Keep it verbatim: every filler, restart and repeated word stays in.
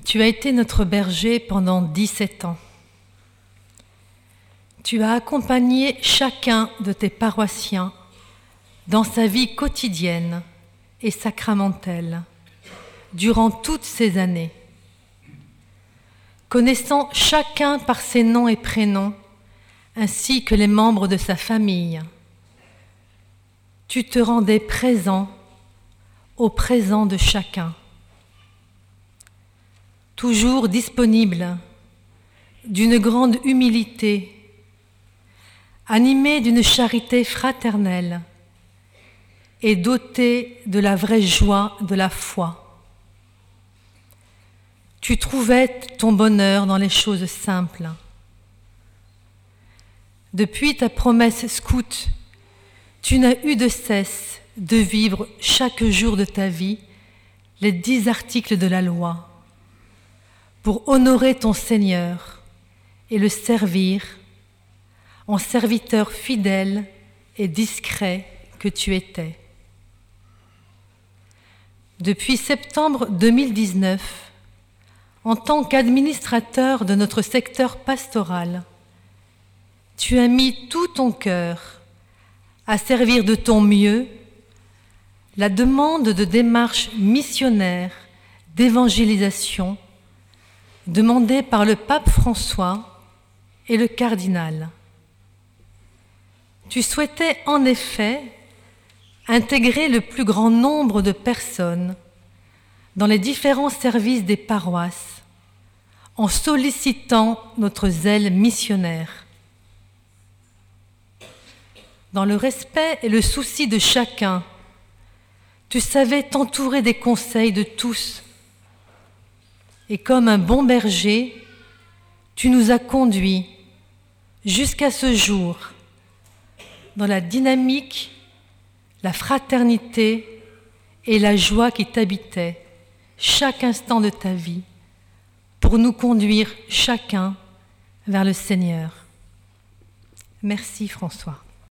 Tu as été notre berger pendant dix-sept ans. Tu as accompagné chacun de tes paroissiens dans sa vie quotidienne et sacramentelle durant toutes ces années. Connaissant chacun par ses noms et prénoms, ainsi que les membres de sa famille, tu te rendais présent au présent de chacun. Toujours disponible, d'une grande humilité, animé d'une charité fraternelle et doté de la vraie joie de la foi. Tu trouvais ton bonheur dans les choses simples. Depuis ta promesse scout, tu n'as eu de cesse de vivre chaque jour de ta vie les dix articles de la loi, pour honorer ton Seigneur et le servir en serviteur fidèle et discret que tu étais. Depuis septembre deux mille dix-neuf, en tant qu'administrateur de notre secteur pastoral, tu as mis tout ton cœur à servir de ton mieux la demande de démarche missionnaire d'évangélisation demandé par le pape François et le cardinal. Tu souhaitais en effet intégrer le plus grand nombre de personnes dans les différents services des paroisses en sollicitant notre zèle missionnaire. Dans le respect et le souci de chacun, tu savais t'entourer des conseils de tous. Et comme un bon berger, tu nous as conduits jusqu'à ce jour dans la dynamique, la fraternité et la joie qui t'habitaient chaque instant de ta vie pour nous conduire chacun vers le Seigneur. Merci François.